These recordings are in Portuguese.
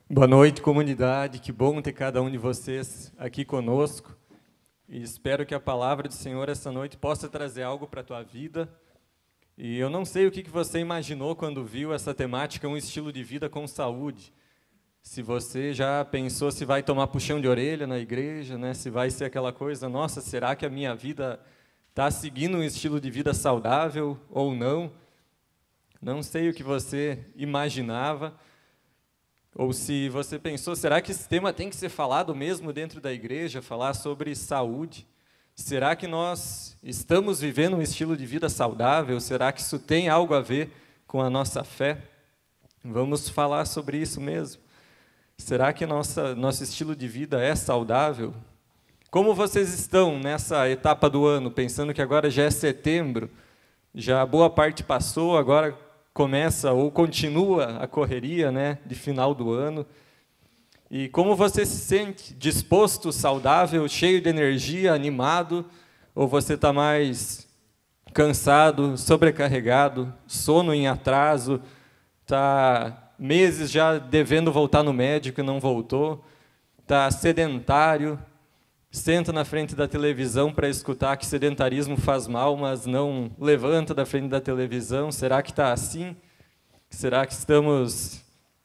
Boa noite, comunidade. Que bom ter cada um de vocês aqui conosco. E espero que a palavra do Senhor essa noite possa trazer algo para a tua vida. E eu não sei o que você imaginou quando viu essa temática, um estilo de vida com saúde. Se você já pensou se vai tomar puxão de orelha na igreja, né? Se vai ser aquela coisa, nossa, será que a minha vida está seguindo um estilo de vida saudável ou não? Não sei o que você imaginava. Ou se você pensou, será que esse tema tem que ser falado mesmo dentro da igreja, falar sobre saúde? Será que nós estamos vivendo um estilo de vida saudável? Será que isso tem algo a ver com a nossa fé? Vamos falar sobre isso mesmo. Será que nosso estilo de vida é saudável? Como vocês estão nessa etapa do ano, pensando que agora já é setembro, já a boa parte passou, agora começa ou continua a correria, né, de final do ano. E como você se sente? Disposto, saudável, cheio de energia, animado? Ou você está mais cansado, sobrecarregado, sono em atraso, está meses já devendo voltar no médico e não voltou, está sedentário, senta na frente da televisão para escutar que sedentarismo faz mal, mas não levanta da frente da televisão. Será que está assim? Será que estamos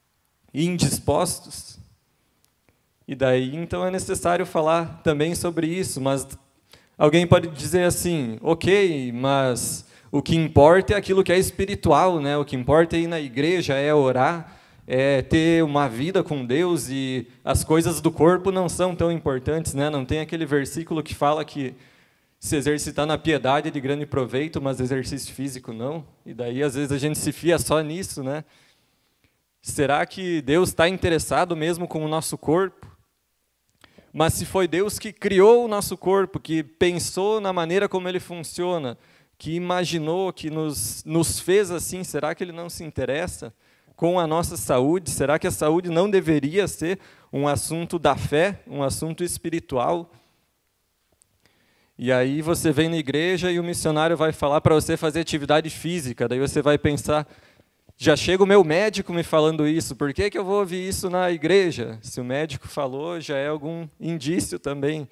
indispostos? E daí, então, é necessário falar também sobre isso, mas alguém pode dizer assim, ok, mas o que importa é aquilo que é espiritual, né? O que importa é ir na igreja, é orar, é ter uma vida com Deus, e as coisas do corpo não são tão importantes, né? Não tem aquele versículo que fala que se exercitar na piedade é de grande proveito, mas exercício físico não. E daí, às vezes, a gente se fia só nisso, né? Será que Deus está interessado mesmo com o nosso corpo? Mas se foi Deus que criou o nosso corpo, que pensou na maneira como ele funciona, que imaginou, que nos fez assim, será que ele não se interessa com a nossa saúde? Será que a saúde não deveria ser um assunto da fé, um assunto espiritual? E aí você vem na igreja e o missionário vai falar para você fazer atividade física, daí você vai pensar, já chega o meu médico me falando isso, por que eu vou ouvir isso na igreja? Se o médico falou, já é algum indício também.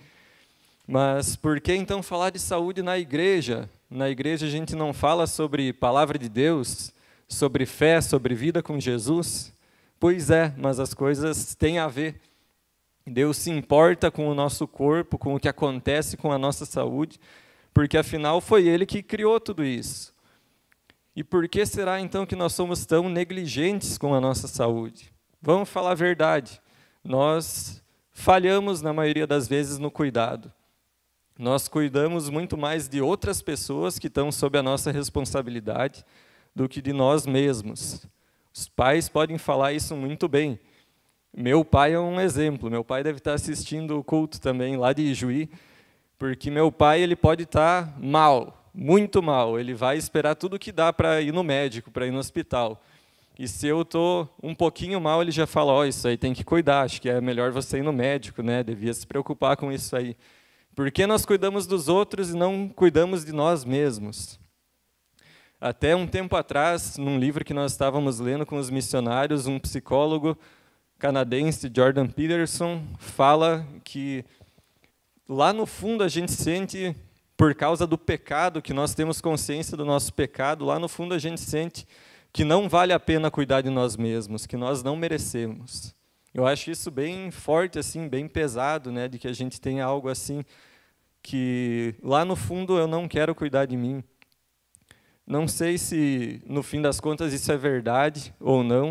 Mas por que então falar de saúde na igreja? Na igreja a gente não fala sobre palavra de Deus, sobre fé, sobre vida com Jesus? Pois é, mas as coisas têm a ver. Deus se importa com o nosso corpo, com o que acontece com a nossa saúde, porque afinal foi Ele que criou tudo isso. E por que será então que nós somos tão negligentes com a nossa saúde? Vamos falar a verdade, nós falhamos na maioria das vezes no cuidado. Nós cuidamos muito mais de outras pessoas que estão sob a nossa responsabilidade do que de nós mesmos. Os pais podem falar isso muito bem. Meu pai é um exemplo. Meu pai deve estar assistindo o culto também lá de Ijuí, porque meu pai ele pode estar mal, muito mal. Ele vai esperar tudo que dá para ir no médico, para ir no hospital. E se eu estou um pouquinho mal, ele já fala, ó, isso aí tem que cuidar, acho que é melhor você ir no médico, né? Devia se preocupar com isso aí. Por que nós cuidamos dos outros e não cuidamos de nós mesmos? Até um tempo atrás, num livro que nós estávamos lendo com os missionários, um psicólogo canadense, Jordan Peterson, fala que lá no fundo a gente sente, por causa do pecado, que nós temos consciência do nosso pecado, lá no fundo a gente sente que não vale a pena cuidar de nós mesmos, que nós não merecemos. Eu acho isso bem forte, assim, bem pesado, né, de que a gente tenha algo assim, que lá no fundo eu não quero cuidar de mim. Não sei se, no fim das contas, isso é verdade ou não,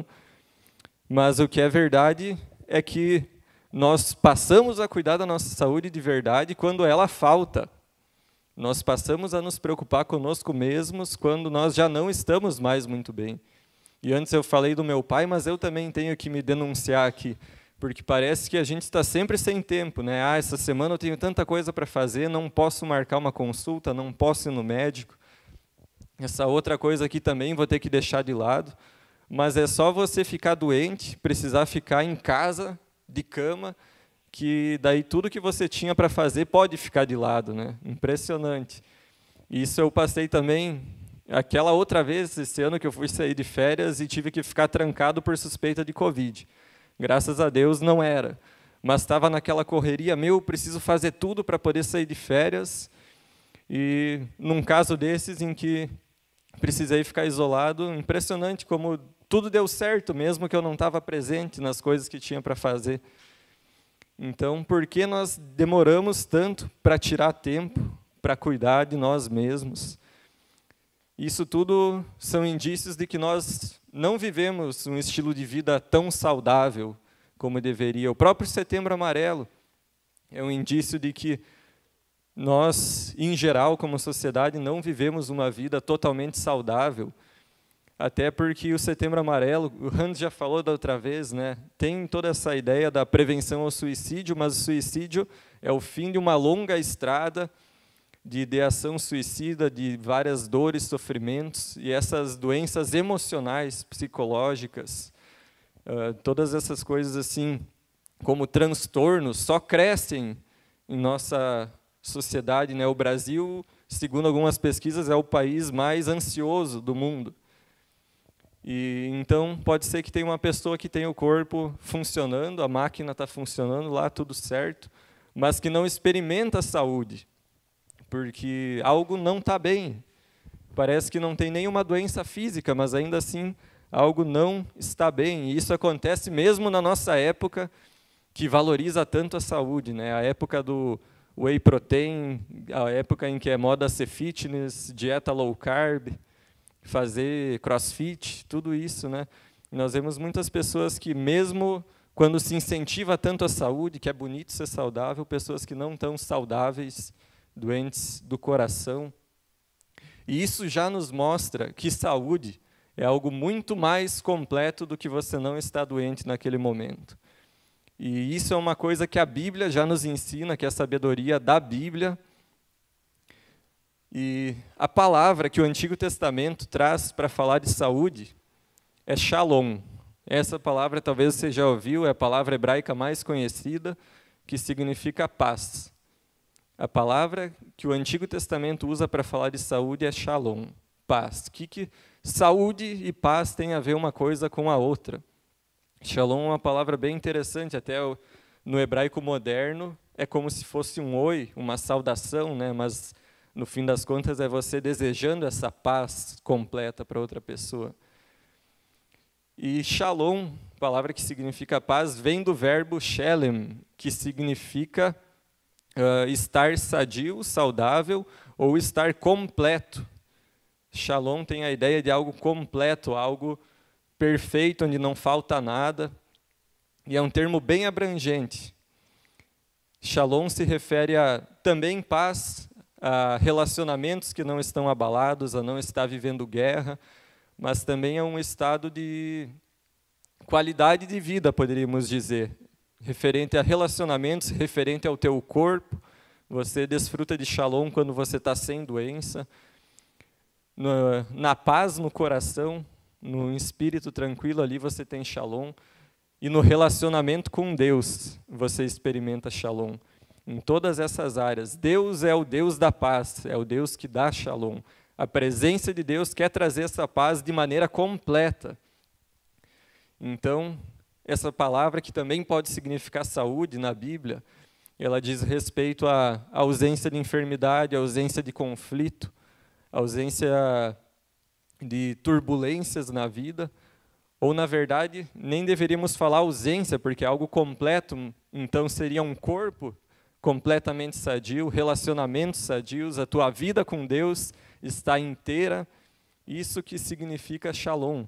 mas o que é verdade é que nós passamos a cuidar da nossa saúde de verdade quando ela falta. Nós passamos a nos preocupar conosco mesmos quando nós já não estamos mais muito bem. E antes eu falei do meu pai, mas eu também tenho que me denunciar aqui, porque parece que a gente está sempre sem tempo, né? Ah, essa semana eu tenho tanta coisa para fazer, não posso marcar uma consulta, não posso ir no médico. Essa outra coisa aqui também vou ter que deixar de lado. Mas é só você ficar doente, precisar ficar em casa, de cama, que daí tudo que você tinha para fazer pode ficar de lado, né? Impressionante. Isso eu passei também, aquela outra vez, esse ano que eu fui sair de férias e tive que ficar trancado por suspeita de Covid. Graças a Deus não era. Mas estava naquela correria, preciso fazer tudo para poder sair de férias. E num caso desses em que precisei ficar isolado, impressionante como tudo deu certo, mesmo que eu não estava presente nas coisas que tinha para fazer. Então, por que nós demoramos tanto para tirar tempo, para cuidar de nós mesmos? Isso tudo são indícios de que nós não vivemos um estilo de vida tão saudável como deveria. O próprio Setembro Amarelo é um indício de que nós, em geral, como sociedade, não vivemos uma vida totalmente saudável. Até porque o Setembro Amarelo, o Hans já falou da outra vez, né, tem toda essa ideia da prevenção ao suicídio, mas o suicídio é o fim de uma longa estrada de ideação suicida, de várias dores, sofrimentos, e essas doenças emocionais, psicológicas, todas essas coisas assim, como transtornos, só crescem em nossa sociedade, né? O Brasil, segundo algumas pesquisas, é o país mais ansioso do mundo. E então pode ser que tenha uma pessoa que tem o corpo funcionando, a máquina está funcionando lá, tudo certo, mas que não experimenta a saúde, porque algo não está bem. Parece que não tem nenhuma doença física, mas ainda assim algo não está bem. E isso acontece mesmo na nossa época, que valoriza tanto a saúde, né? A época do whey protein, a época em que é moda ser fitness, dieta low carb, fazer crossfit, tudo isso, né? Nós vemos muitas pessoas que, mesmo quando se incentiva tanto a saúde, que é bonito ser saudável, pessoas que não estão saudáveis, doentes do coração. E isso já nos mostra que saúde é algo muito mais completo do que você não estar doente naquele momento. E isso é uma coisa que a Bíblia já nos ensina, que é a sabedoria da Bíblia. E a palavra que o Antigo Testamento traz para falar de saúde é shalom. Essa palavra talvez você já ouviu, é a palavra hebraica mais conhecida, que significa paz. A palavra que o Antigo Testamento usa para falar de saúde é shalom, paz. O que saúde e paz têm a ver uma coisa com a outra? Shalom é uma palavra bem interessante, até no hebraico moderno, é como se fosse um oi, uma saudação, né? Mas no fim das contas é você desejando essa paz completa para outra pessoa. E shalom, palavra que significa paz, vem do verbo shelem, que significa estar sadio, saudável, ou estar completo. Shalom tem a ideia de algo completo, algo perfeito, onde não falta nada, e é um termo bem abrangente. Shalom se refere a também paz, a relacionamentos que não estão abalados, a não estar vivendo guerra, mas também é um estado de qualidade de vida, poderíamos dizer, referente a relacionamentos, referente ao teu corpo. Você desfruta de shalom quando você está sem doença, na paz no coração, no espírito tranquilo, ali você tem shalom, e no relacionamento com Deus você experimenta shalom. Em todas essas áreas, Deus é o Deus da paz, é o Deus que dá shalom. A presença de Deus quer trazer essa paz de maneira completa. Então, essa palavra, que também pode significar saúde na Bíblia, ela diz respeito à ausência de enfermidade, à ausência de conflito, à ausência de turbulências na vida, ou, na verdade, nem deveríamos falar ausência, porque é algo completo, então seria um corpo completamente sadio, relacionamentos sadios, a tua vida com Deus está inteira, isso que significa shalom.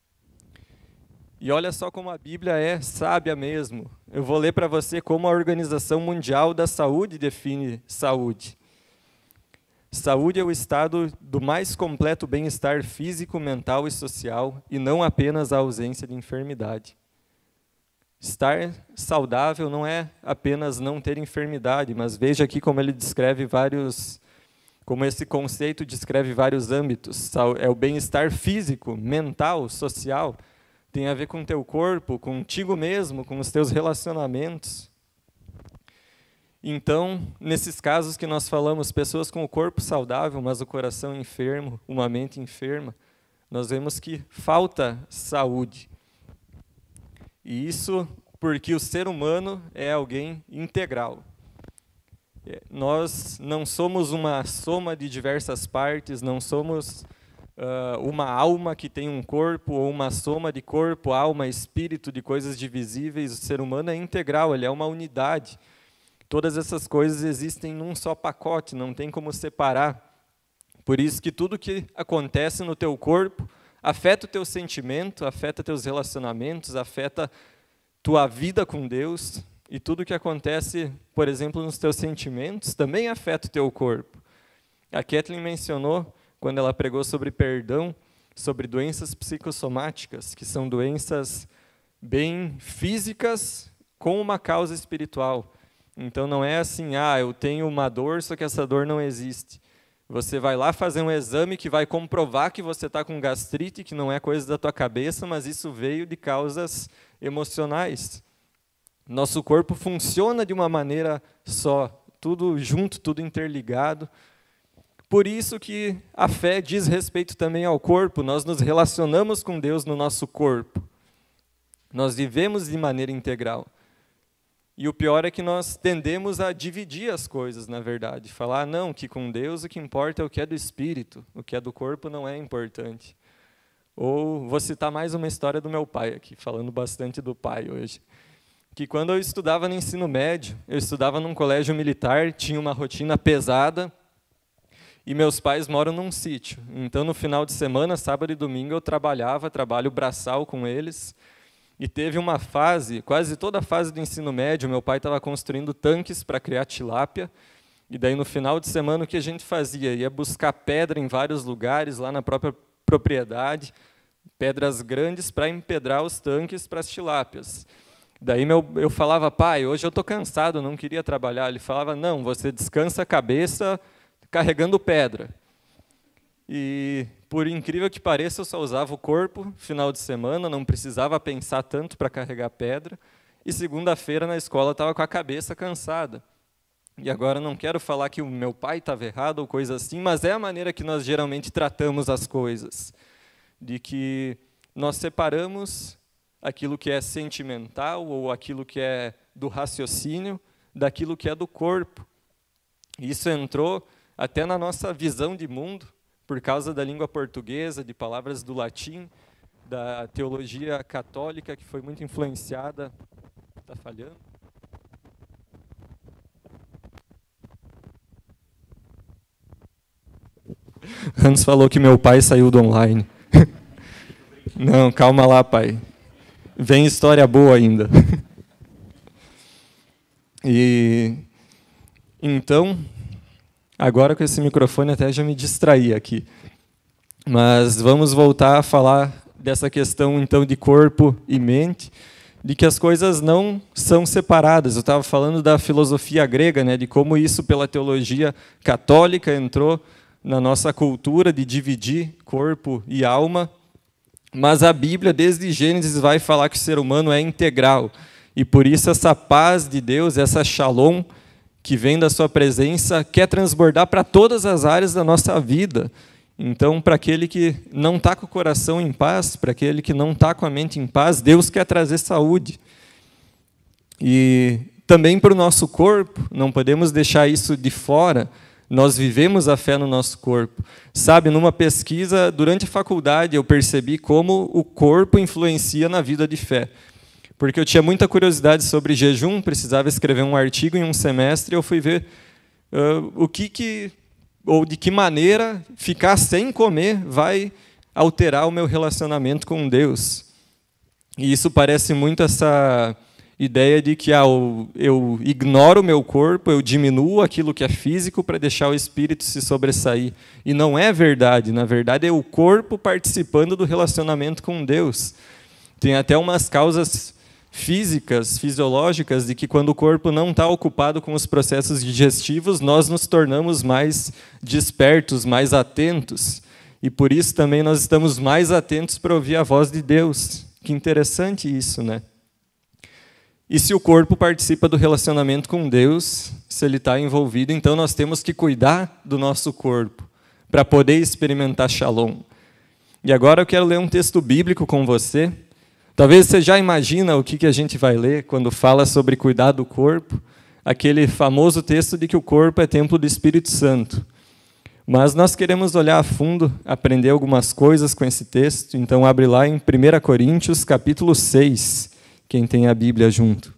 E olha só como a Bíblia é sábia mesmo. Eu vou ler para você como a Organização Mundial da Saúde define saúde. Saúde é o estado do mais completo bem-estar físico, mental e social, e não apenas a ausência de enfermidade. Estar saudável não é apenas não ter enfermidade, mas veja aqui como ele descreve como esse conceito descreve vários âmbitos. É o bem-estar físico, mental, social, tem a ver com o teu corpo, contigo mesmo, com os teus relacionamentos. Então, nesses casos que nós falamos, pessoas com o corpo saudável, mas o coração enfermo, uma mente enferma, nós vemos que falta saúde. E isso porque o ser humano é alguém integral. Nós não somos uma soma de diversas partes, não somos uma alma que tem um corpo, ou uma soma de corpo, alma, espírito, de coisas divisíveis. O ser humano é integral, ele é uma unidade. Todas essas coisas existem num só pacote, não tem como separar. Por isso que tudo que acontece no teu corpo afeta o teu sentimento, afeta teus relacionamentos, afeta tua vida com Deus. E tudo que acontece, por exemplo, nos teus sentimentos, também afeta o teu corpo. A Kathleen mencionou, quando ela pregou sobre perdão, sobre doenças psicossomáticas, que são doenças bem físicas com uma causa espiritual. Então não é assim, eu tenho uma dor, só que essa dor não existe. Você vai lá fazer um exame que vai comprovar que você está com gastrite, que não é coisa da tua cabeça, mas isso veio de causas emocionais. Nosso corpo funciona de uma maneira só, tudo junto, tudo interligado. Por isso que a fé diz respeito também ao corpo. Nós nos relacionamos com Deus no nosso corpo. Nós vivemos de maneira integral. E o pior é que nós tendemos a dividir as coisas, na verdade. Falar, não, que com Deus o que importa é o que é do espírito, o que é do corpo não é importante. Ou vou citar mais uma história do meu pai aqui, falando bastante do pai hoje. Que quando eu estudava no ensino médio, eu estudava num colégio militar, tinha uma rotina pesada, e meus pais moram num sítio. Então, no final de semana, sábado e domingo, eu trabalho braçal com eles. E teve uma fase, quase toda a fase do ensino médio, meu pai estava construindo tanques para criar tilápia. E daí, no final de semana, o que a gente fazia? Ia buscar pedra em vários lugares, lá na própria propriedade, pedras grandes para empedrar os tanques para as tilápias. Daí eu falava, pai, hoje eu estou cansado, não queria trabalhar. Ele falava, não, você descansa a cabeça carregando pedra. E, por incrível que pareça, eu só usava o corpo final de semana, não precisava pensar tanto para carregar pedra. E segunda-feira na escola eu estava com a cabeça cansada. E agora não quero falar que o meu pai estava errado ou coisa assim, mas é a maneira que nós geralmente tratamos as coisas. De que nós separamos aquilo que é sentimental ou aquilo que é do raciocínio daquilo que é do corpo. Isso entrou até na nossa visão de mundo, por causa da língua portuguesa, de palavras do latim, da teologia católica, que foi muito influenciada. Está falhando? Hans falou que meu pai saiu do online. Não, calma lá, pai. Vem história boa ainda. E então, agora com esse microfone até já me distraí aqui. Mas vamos voltar a falar dessa questão então de corpo e mente, de que as coisas não são separadas. Eu estava falando da filosofia grega, né, de como isso pela teologia católica entrou na nossa cultura de dividir corpo e alma. Mas a Bíblia, desde Gênesis, vai falar que o ser humano é integral. E por isso essa paz de Deus, essa shalom, que vem da sua presença, quer transbordar para todas as áreas da nossa vida. Então, para aquele que não está com o coração em paz, para aquele que não está com a mente em paz, Deus quer trazer saúde. E também para o nosso corpo, não podemos deixar isso de fora. Nós vivemos a fé no nosso corpo. Sabe, numa pesquisa, durante a faculdade, eu percebi como o corpo influencia na vida de fé. Porque eu tinha muita curiosidade sobre jejum, precisava escrever um artigo em um semestre, e eu fui ver ou de que maneira ficar sem comer vai alterar o meu relacionamento com Deus. E isso parece muito essa ideia de que eu ignoro o meu corpo, eu diminuo aquilo que é físico para deixar o espírito se sobressair. E não é verdade. Na verdade, é o corpo participando do relacionamento com Deus. Tem até umas causas físicas, fisiológicas, de que quando o corpo não está ocupado com os processos digestivos, nós nos tornamos mais despertos, mais atentos. E por isso também nós estamos mais atentos para ouvir a voz de Deus. Que interessante isso, né? E se o corpo participa do relacionamento com Deus, se ele está envolvido, então nós temos que cuidar do nosso corpo para poder experimentar Shalom. E agora eu quero ler um texto bíblico com você, Talvez você já imagina o que a gente vai ler quando fala sobre cuidar do corpo, aquele famoso texto de que o corpo é templo do Espírito Santo. Mas nós queremos olhar a fundo, aprender algumas coisas com esse texto, então abre lá em 1 Coríntios, capítulo 6, quem tem a Bíblia junto.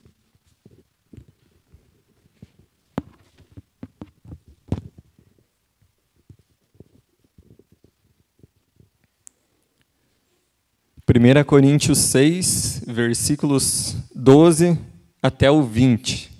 Primeira Coríntios 6, versículos 12 até o 20.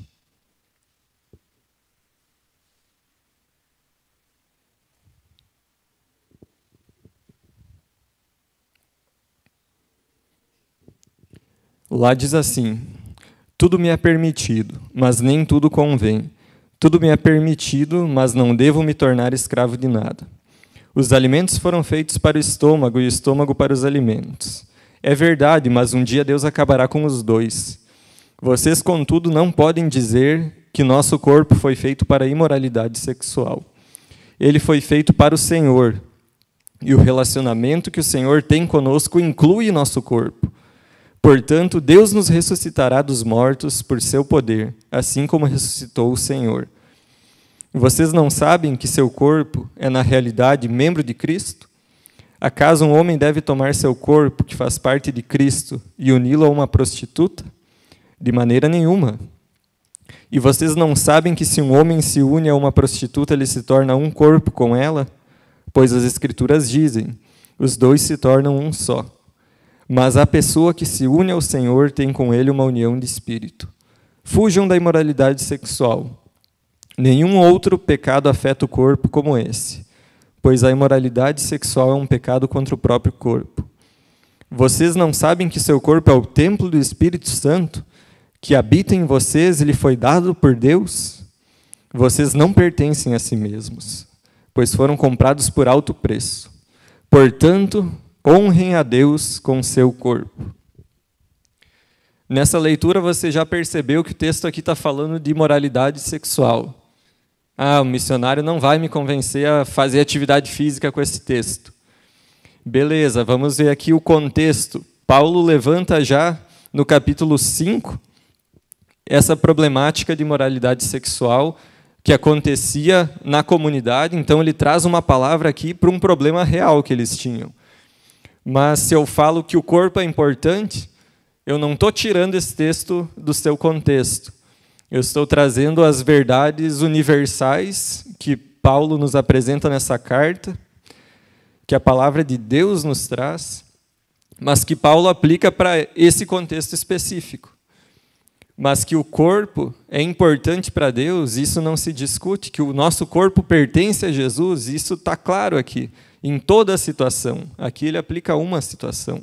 Lá diz assim: tudo me é permitido, mas nem tudo convém. Tudo me é permitido, mas não devo me tornar escravo de nada. Os alimentos foram feitos para o estômago e o estômago para os alimentos. É verdade, mas um dia Deus acabará com os dois. Vocês, contudo, não podem dizer que nosso corpo foi feito para a imoralidade sexual. Ele foi feito para o Senhor, e o relacionamento que o Senhor tem conosco inclui nosso corpo. Portanto, Deus nos ressuscitará dos mortos por seu poder, assim como ressuscitou o Senhor. Vocês não sabem que seu corpo é, na realidade, membro de Cristo? Acaso um homem deve tomar seu corpo, que faz parte de Cristo, e uni-lo a uma prostituta? De maneira nenhuma. E vocês não sabem que se um homem se une a uma prostituta, ele se torna um corpo com ela? Pois as Escrituras dizem, os dois se tornam um só. Mas a pessoa que se une ao Senhor tem com ele uma união de espírito. Fujam da imoralidade sexual. Nenhum outro pecado afeta o corpo como esse, pois a imoralidade sexual é um pecado contra o próprio corpo. Vocês não sabem que seu corpo é o templo do Espírito Santo, que habita em vocês e lhe foi dado por Deus? Vocês não pertencem a si mesmos, pois foram comprados por alto preço. Portanto, honrem a Deus com seu corpo. Nessa leitura você já percebeu que o texto aqui está falando de imoralidade sexual. O missionário não vai me convencer a fazer atividade física com esse texto. Beleza, vamos ver aqui o contexto. Paulo levanta já no capítulo 5 essa problemática de imoralidade sexual que acontecia na comunidade, então ele traz uma palavra aqui para um problema real que eles tinham. Mas se eu falo que o corpo é importante, eu não estou tirando esse texto do seu contexto. Eu estou trazendo as verdades universais que Paulo nos apresenta nessa carta, que a palavra de Deus nos traz, mas que Paulo aplica para esse contexto específico. Mas que o corpo é importante para Deus, isso não se discute, que o nosso corpo pertence a Jesus, isso está claro aqui. Em toda a situação. Aqui ele aplica uma situação.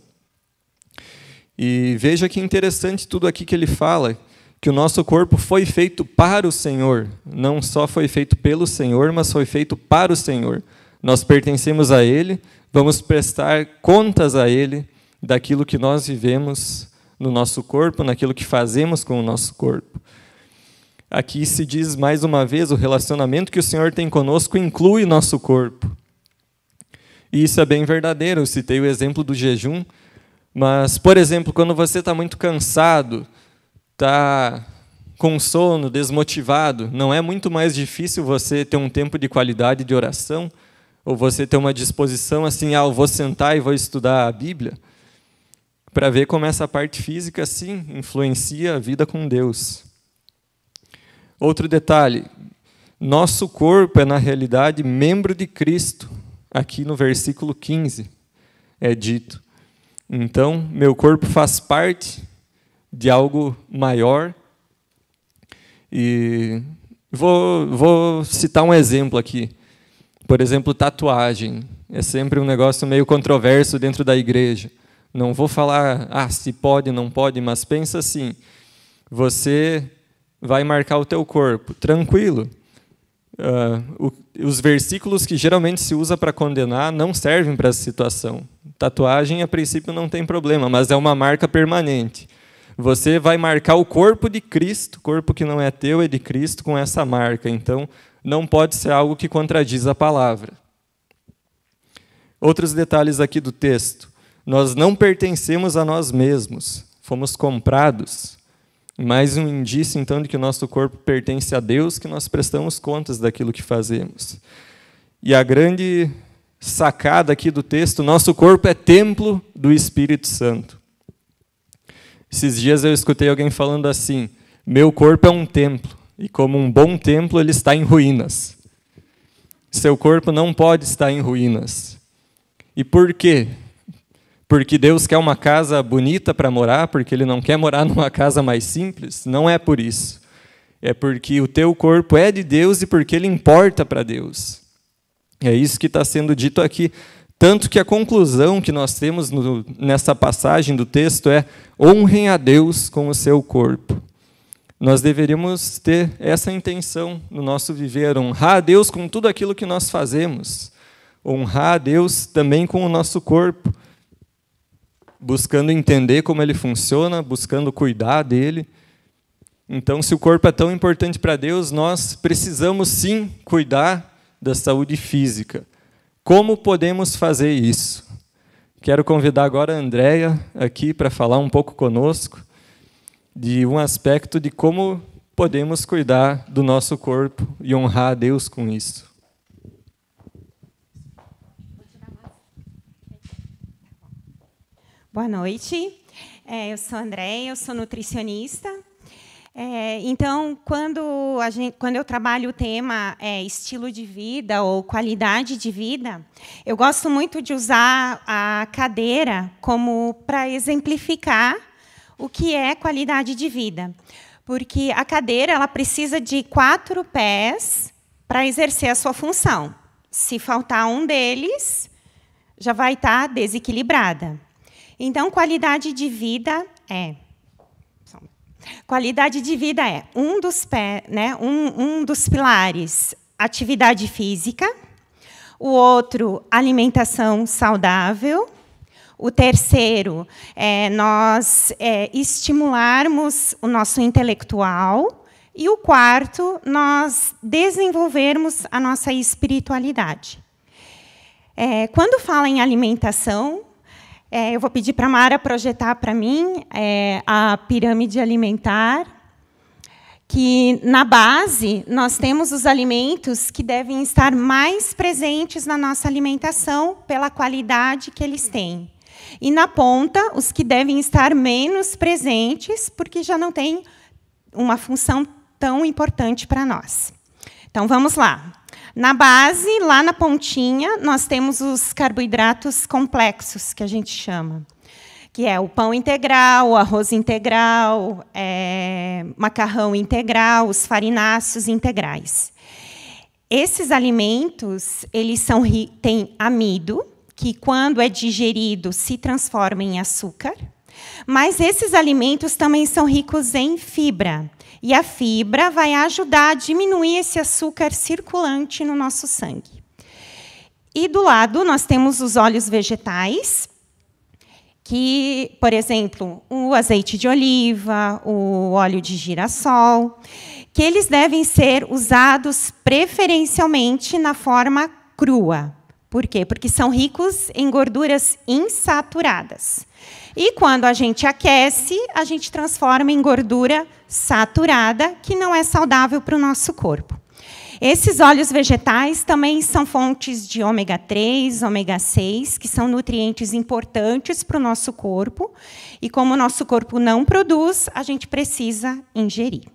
E veja que interessante tudo aqui que ele fala, que o nosso corpo foi feito para o Senhor. Não só foi feito pelo Senhor, mas foi feito para o Senhor. Nós pertencemos a Ele, vamos prestar contas a Ele daquilo que nós vivemos no nosso corpo, naquilo que fazemos com o nosso corpo. Aqui se diz mais uma vez, o relacionamento que o Senhor tem conosco inclui nosso corpo. E isso é bem verdadeiro, eu citei o exemplo do jejum, mas, por exemplo, quando você está muito cansado, está com sono, desmotivado, não é muito mais difícil você ter um tempo de qualidade de oração? Ou você ter uma disposição assim, eu vou sentar e vou estudar a Bíblia? Para ver como essa parte física, sim, influencia a vida com Deus. Outro detalhe, nosso corpo é, na realidade, membro de Cristo. Aqui no versículo 15 é dito. Então, meu corpo faz parte de algo maior. E vou citar um exemplo aqui. Por exemplo, tatuagem. É sempre um negócio meio controverso dentro da igreja. Não vou falar, se pode, não pode, mas pensa assim, você vai marcar o teu corpo, tranquilo. Os versículos que geralmente se usa para condenar não servem para essa situação. Tatuagem, a princípio, não tem problema, mas é uma marca permanente. Você vai marcar o corpo de Cristo, corpo que não é teu, é de Cristo, com essa marca. Então, não pode ser algo que contradiz a palavra. Outros detalhes aqui do texto. Nós não pertencemos a nós mesmos, fomos comprados. Mais um indício, então, de que o nosso corpo pertence a Deus, que nós prestamos contas daquilo que fazemos. E a grande sacada aqui do texto, nosso corpo é templo do Espírito Santo. Esses dias eu escutei alguém falando assim, meu corpo é um templo, e como um bom templo, ele está em ruínas. Seu corpo não pode estar em ruínas. E por quê? Porque Deus quer uma casa bonita para morar, porque Ele não quer morar numa casa mais simples? Não é por isso. É porque o teu corpo é de Deus e porque ele importa para Deus. É isso que está sendo dito aqui. Tanto que a conclusão que nós temos nessa passagem do texto é: honrem a Deus com o seu corpo. Nós deveríamos ter essa intenção no nosso viver, honrar a Deus com tudo aquilo que nós fazemos, honrar a Deus também com o nosso corpo, buscando entender como ele funciona, buscando cuidar dele. Então, se o corpo é tão importante para Deus, nós precisamos sim cuidar da saúde física. Como podemos fazer isso? Quero convidar agora a Andréia aqui para falar um pouco conosco de um aspecto de como podemos cuidar do nosso corpo e honrar a Deus com isso. Boa noite, eu sou a Andréia, eu sou nutricionista. Então, quando eu trabalho o tema estilo de vida ou qualidade de vida, eu gosto muito de usar a cadeira como para exemplificar o que é qualidade de vida. Porque a cadeira ela precisa de 4 pés para exercer a sua função. Se faltar um deles, já vai estar desequilibrada. Então, qualidade de vida é um dos pilares, atividade física. O outro, alimentação saudável. O terceiro, nós estimularmos o nosso intelectual. E o quarto, nós desenvolvermos a nossa espiritualidade. Quando fala em alimentação, eu vou pedir para a Mara projetar para mim a pirâmide alimentar, que, na base, nós temos os alimentos que devem estar mais presentes na nossa alimentação pela qualidade que eles têm. E, na ponta, os que devem estar menos presentes, porque já não têm uma função tão importante para nós. Então, vamos lá. Na base, lá na pontinha, nós temos os carboidratos complexos, que a gente chama, que é o pão integral, o arroz integral, macarrão integral, os farináceos integrais. Esses alimentos eles têm amido, que, quando é digerido, se transforma em açúcar, mas esses alimentos também são ricos em fibra. E a fibra vai ajudar a diminuir esse açúcar circulante no nosso sangue. E, do lado, nós temos os óleos vegetais, que, por exemplo, o azeite de oliva, o óleo de girassol, que eles devem ser usados preferencialmente na forma crua. Por quê? Porque são ricos em gorduras insaturadas. E, quando a gente aquece, a gente transforma em gordura saturada, que não é saudável para o nosso corpo. Esses óleos vegetais também são fontes de ômega 3, ômega 6, que são nutrientes importantes para o nosso corpo. E, como o nosso corpo não produz, a gente precisa ingerir.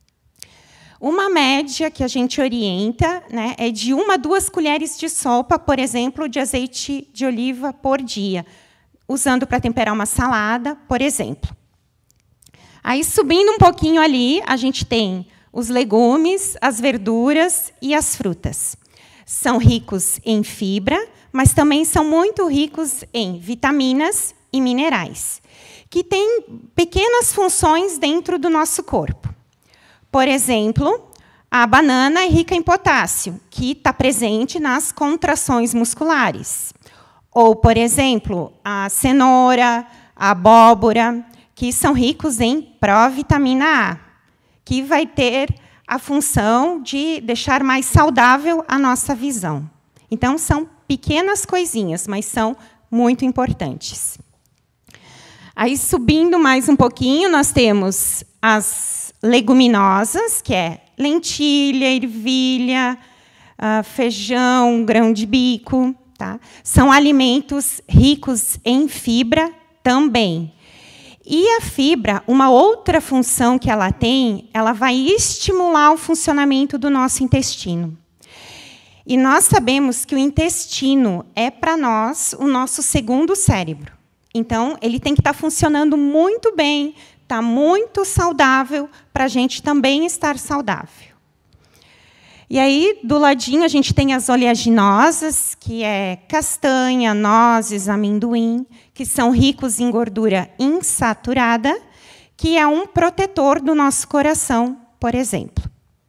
Uma média que a gente orienta, né, é de 1 a 2 colheres de sopa, por exemplo, de azeite de oliva por dia, usando para temperar uma salada, por exemplo. Aí, subindo um pouquinho ali, a gente tem os legumes, as verduras e as frutas. São ricos em fibra, mas também são muito ricos em vitaminas e minerais, que têm pequenas funções dentro do nosso corpo. Por exemplo, a banana é rica em potássio, que está presente nas contrações musculares. Ou, por exemplo, a cenoura, a abóbora, que são ricos em provitamina A, que vai ter a função de deixar mais saudável a nossa visão. Então, são pequenas coisinhas, mas são muito importantes. Aí, subindo mais um pouquinho, nós temos as leguminosas, que é lentilha, ervilha, feijão, grão de bico. Tá? São alimentos ricos em fibra também. E a fibra, uma outra função que ela tem, ela vai estimular o funcionamento do nosso intestino. E nós sabemos que o intestino é, para nós, o nosso segundo cérebro. Então, ele tem que estar funcionando muito bem, estar muito saudável, para a gente também estar saudável. E aí, do ladinho, a gente tem as oleaginosas, que é castanha, nozes, amendoim, que são ricos em gordura insaturada, que é um protetor do nosso coração, por exemplo.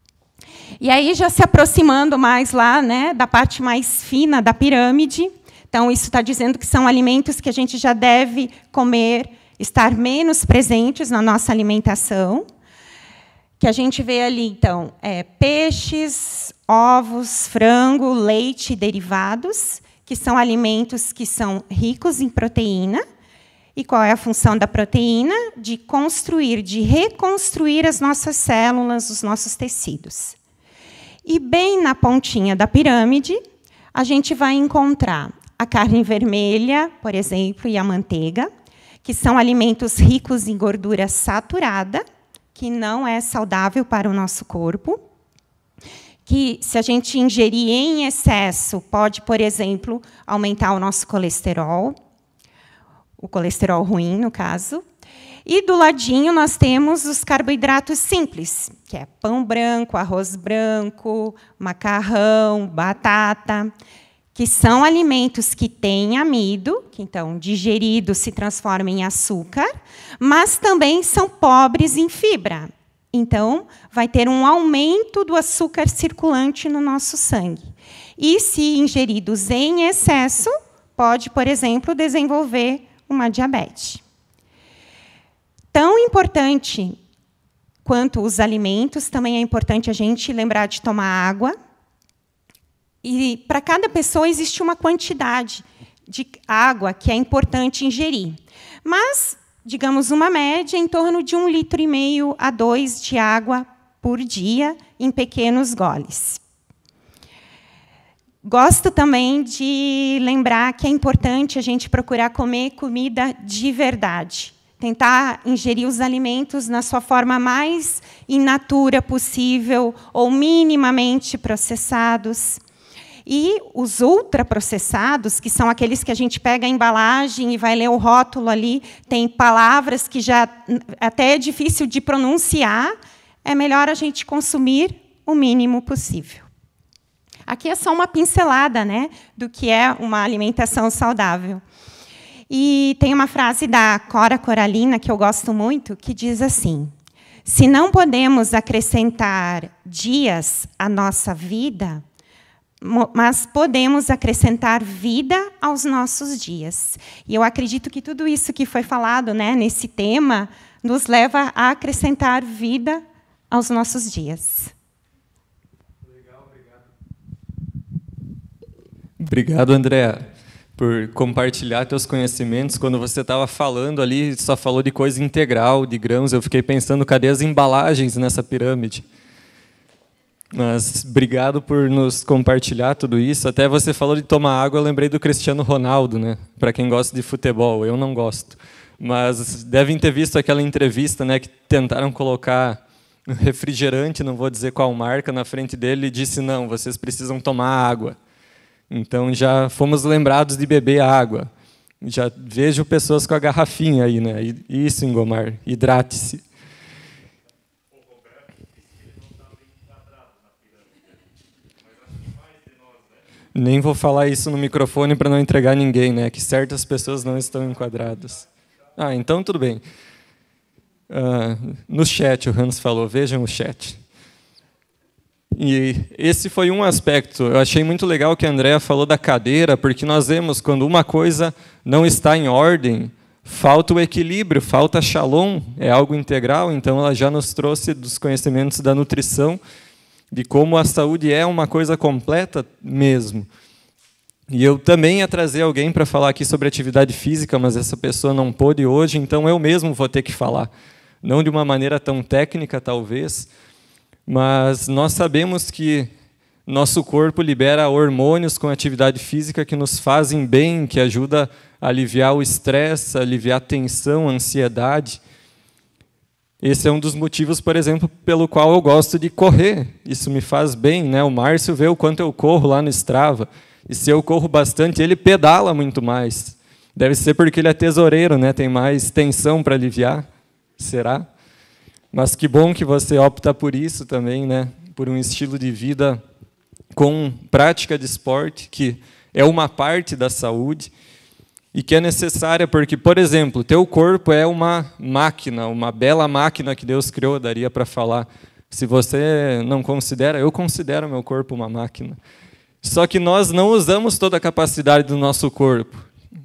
E aí, já se aproximando mais lá, né, da parte mais fina da pirâmide, então, isso está dizendo que são alimentos que a gente já deve comer, estar menos presentes na nossa alimentação, que a gente vê ali, então, peixes, ovos, frango, leite e derivados, que são alimentos que são ricos em proteína. E qual é a função da proteína? De construir, de reconstruir as nossas células, os nossos tecidos. E bem na pontinha da pirâmide, a gente vai encontrar a carne vermelha, por exemplo, e a manteiga, que são alimentos ricos em gordura saturada, que não é saudável para o nosso corpo, que, se a gente ingerir em excesso, pode, por exemplo, aumentar o nosso colesterol, o colesterol ruim, no caso. E, do ladinho, nós temos os carboidratos simples, que é pão branco, arroz branco, macarrão, batata, que são alimentos que têm amido, que, então, digerido, se transforma em açúcar, mas também são pobres em fibra. Então, vai ter um aumento do açúcar circulante no nosso sangue. E, se ingeridos em excesso, pode, por exemplo, desenvolver uma diabetes. Tão importante quanto os alimentos, também é importante a gente lembrar de tomar água. E, para cada pessoa, existe uma quantidade de água que é importante ingerir. Mas, digamos, uma média em torno de 1,5 litro a 2 de água por dia, em pequenos goles. Gosto também de lembrar que é importante a gente procurar comer comida de verdade. Tentar ingerir os alimentos na sua forma mais in natura possível, ou minimamente processados. E os ultraprocessados, que são aqueles que a gente pega a embalagem e vai ler o rótulo ali, tem palavras que já até é difícil de pronunciar, é melhor a gente consumir o mínimo possível. Aqui é só uma pincelada, né, do que é uma alimentação saudável. E tem uma frase da Cora Coralina, que eu gosto muito, que diz assim: se não podemos acrescentar dias à nossa vida, mas podemos acrescentar vida aos nossos dias. E eu acredito que tudo isso que foi falado, né, nesse tema nos leva a acrescentar vida aos nossos dias. Legal, obrigado. Obrigado, Andréa, por compartilhar teus conhecimentos. Quando você estava falando ali, só falou de coisa integral, de grãos, eu fiquei pensando, cadê as embalagens nessa pirâmide? Mas obrigado por nos compartilhar tudo isso. Até você falou de tomar água, eu lembrei do Cristiano Ronaldo, né? Para quem gosta de futebol, eu não gosto. Mas devem ter visto aquela entrevista, né, que tentaram colocar refrigerante, não vou dizer qual marca, na frente dele e disse: não, vocês precisam tomar água. Então já fomos lembrados de beber água. Já vejo pessoas com a garrafinha aí, né? Isso, Ingomar, hidrate-se. Nem vou falar isso no microfone para não entregar ninguém, né? Que certas pessoas não estão enquadradas. Ah, então tudo bem. No chat, o Hans falou, vejam o chat. E esse foi um aspecto. Eu achei muito legal que a Andréa falou da cadeira, porque nós vemos, quando uma coisa não está em ordem, falta o equilíbrio, falta shalom, é algo integral. Então, ela já nos trouxe dos conhecimentos da nutrição, de como a saúde é uma coisa completa mesmo. E eu também ia trazer alguém para falar aqui sobre atividade física, mas essa pessoa não pôde hoje, então eu mesmo vou ter que falar. Não de uma maneira tão técnica, talvez, mas nós sabemos que nosso corpo libera hormônios com atividade física que nos fazem bem, que ajuda a aliviar o estresse, aliviar a tensão, a ansiedade. Esse é um dos motivos, por exemplo, pelo qual eu gosto de correr. Isso me faz bem, né? O Márcio vê o quanto eu corro lá no Strava. E se eu corro bastante, ele pedala muito mais. Deve ser porque ele é tesoureiro, né? Tem mais tensão para aliviar. Será? Mas que bom que você opta por isso também, né? Por um estilo de vida com prática de esporte, que é uma parte da saúde e que é necessária porque, por exemplo, teu corpo é uma máquina, uma bela máquina que Deus criou, daria para falar. Se você não considera, eu considero meu corpo uma máquina. Só que nós não usamos toda a capacidade do nosso corpo.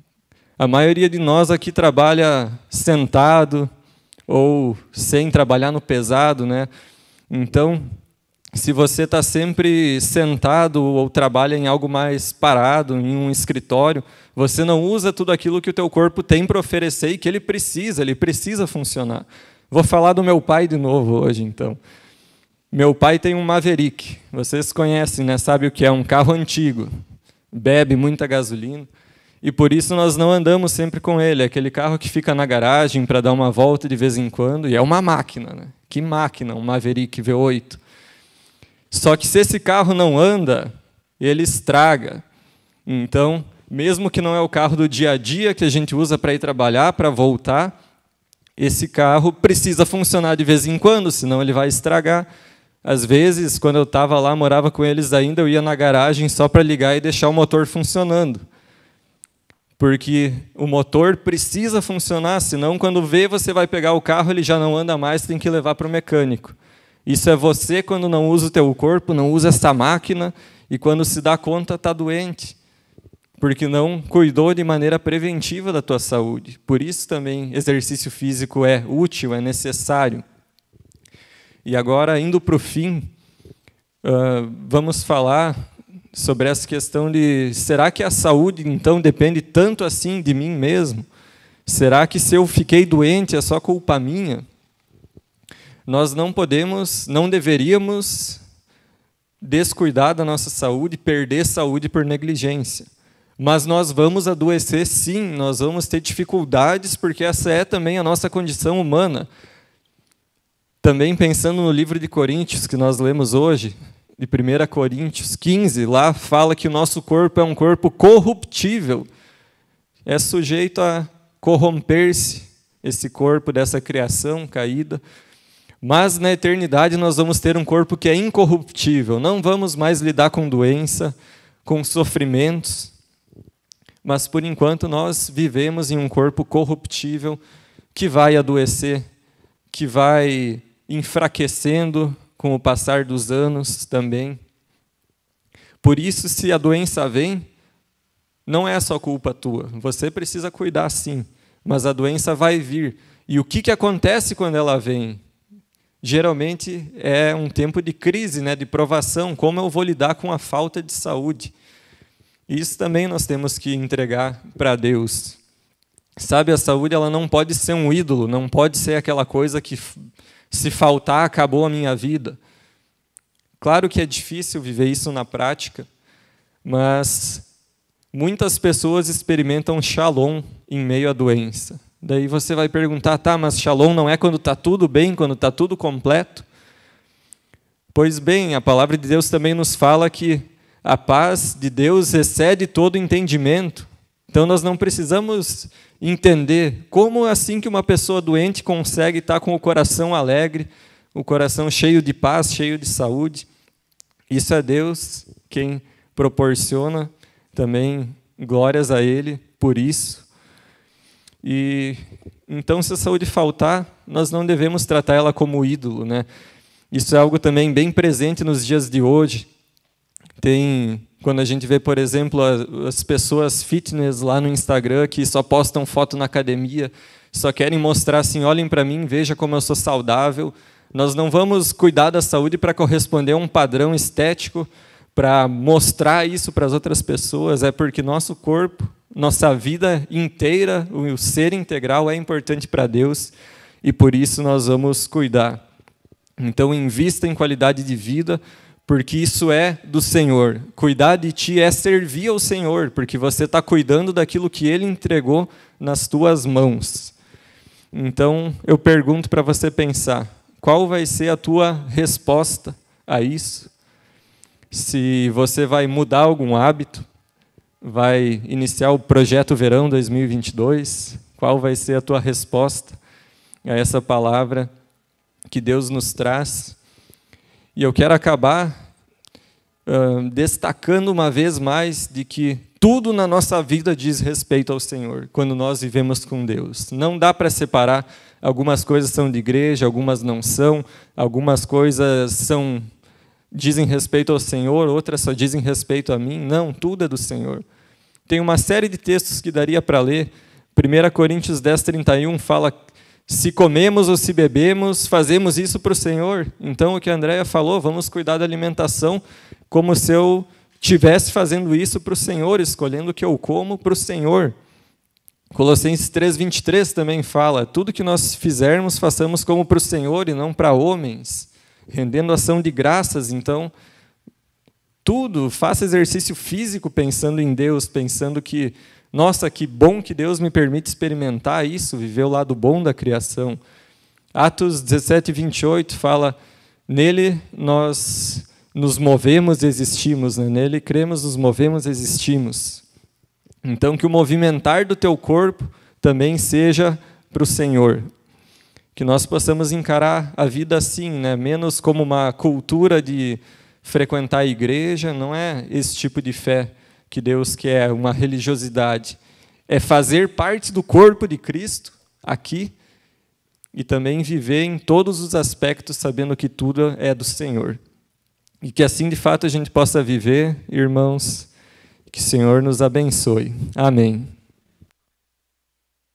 A maioria de nós aqui trabalha sentado ou sem trabalhar no pesado, né? Então, se você está sempre sentado ou trabalha em algo mais parado, em um escritório, você não usa tudo aquilo que o teu corpo tem para oferecer e que ele precisa funcionar. Vou falar do meu pai de novo hoje, então. Meu pai tem um Maverick, vocês conhecem, né? Sabe o que é um carro antigo, bebe muita gasolina, e por isso nós não andamos sempre com ele. É aquele carro que fica na garagem para dar uma volta de vez em quando, e é uma máquina, né? Que máquina, um Maverick V8. Só que se esse carro não anda, ele estraga. Então, mesmo que não é o carro do dia a dia que a gente usa para ir trabalhar, para voltar, esse carro precisa funcionar de vez em quando, senão ele vai estragar. Às vezes, quando eu estava lá, morava com eles ainda, eu ia na garagem só para ligar e deixar o motor funcionando. Porque o motor precisa funcionar, senão quando vê, você vai pegar o carro, ele já não anda mais, tem que levar para o mecânico. Isso é você quando não usa o teu corpo, não usa essa máquina, e quando se dá conta, está doente, porque não cuidou de maneira preventiva da tua saúde. Por isso também exercício físico é útil, é necessário. E agora, indo para o fim, vamos falar sobre essa questão de, será que a saúde, então, depende tanto assim de mim mesmo? Será que se eu fiquei doente é só culpa minha? Nós não deveríamos descuidar da nossa saúde, perder saúde por negligência. Mas nós vamos adoecer sim, nós vamos ter dificuldades, porque essa é também a nossa condição humana. Também pensando no livro de Coríntios, que nós lemos hoje, de 1 Coríntios 15, lá fala que o nosso corpo é um corpo corruptível, é sujeito a corromper-se, esse corpo dessa criação caída. Mas na eternidade nós vamos ter um corpo que é incorruptível, não vamos mais lidar com doença, com sofrimentos, mas por enquanto nós vivemos em um corpo corruptível que vai adoecer, que vai enfraquecendo com o passar dos anos também. Por isso, se a doença vem, não é só culpa tua, você precisa cuidar sim, mas a doença vai vir. E o que acontece quando ela vem? Geralmente é um tempo de crise, né, de provação, como eu vou lidar com a falta de saúde. Isso também nós temos que entregar para Deus. Sabe, a saúde ela não pode ser um ídolo, não pode ser aquela coisa que, se faltar, acabou a minha vida. Claro que é difícil viver isso na prática, mas muitas pessoas experimentam shalom em meio à doença. Daí você vai perguntar, tá, mas shalom não é quando está tudo bem, quando está tudo completo? Pois bem, a palavra de Deus também nos fala que a paz de Deus excede todo entendimento. Então nós não precisamos entender como assim que uma pessoa doente consegue estar com o coração alegre, o coração cheio de paz, cheio de saúde. Isso é Deus quem proporciona, também glórias a Ele por isso. E então, se a saúde faltar, nós não devemos tratar ela como ídolo, né? Isso é algo também bem presente nos dias de hoje. Quando a gente vê, por exemplo, as pessoas fitness lá no Instagram que só postam foto na academia, só querem mostrar assim, olhem para mim, veja como eu sou saudável. Nós não vamos cuidar da saúde para corresponder a um padrão estético, para mostrar isso para as outras pessoas, é porque nosso corpo, nossa vida inteira, o ser integral é importante para Deus e por isso nós vamos cuidar. Então, invista em qualidade de vida, porque isso é do Senhor. Cuidar de ti é servir ao Senhor, porque você está cuidando daquilo que Ele entregou nas tuas mãos. Então, eu pergunto para você pensar, qual vai ser a tua resposta a isso? Se você vai mudar algum hábito, vai iniciar o Projeto Verão 2022, qual vai ser a tua resposta a essa palavra que Deus nos traz? E eu quero acabar destacando uma vez mais de que tudo na nossa vida diz respeito ao Senhor, quando nós vivemos com Deus. Não dá para separar, algumas coisas são de igreja, algumas não são, algumas coisas dizem respeito ao Senhor, outras só dizem respeito a mim. Não, tudo é do Senhor. Tem uma série de textos que daria para ler. 1 Coríntios 10:31 fala: se comemos ou se bebemos, fazemos isso para o Senhor. Então, o que a Andréia falou, vamos cuidar da alimentação como se eu estivesse fazendo isso para o Senhor, escolhendo o que eu como para o Senhor. Colossenses 3:23 também fala: tudo que nós fizermos, façamos como para o Senhor e não para homens, rendendo ação de graças. Então, tudo, faça exercício físico pensando em Deus, pensando que, nossa, que bom que Deus me permite experimentar isso, viver o lado bom da criação. Atos 17:28 fala: nele nós nos movemos e existimos, né? Nele cremos, nos movemos e existimos. Então, que o movimentar do teu corpo também seja para o Senhor. Que nós possamos encarar a vida assim, né? Menos como uma cultura de frequentar a igreja, não é esse tipo de fé que Deus quer, uma religiosidade. É fazer parte do corpo de Cristo aqui e também viver em todos os aspectos sabendo que tudo é do Senhor. E que assim, de fato, a gente possa viver, irmãos, que o Senhor nos abençoe. Amém.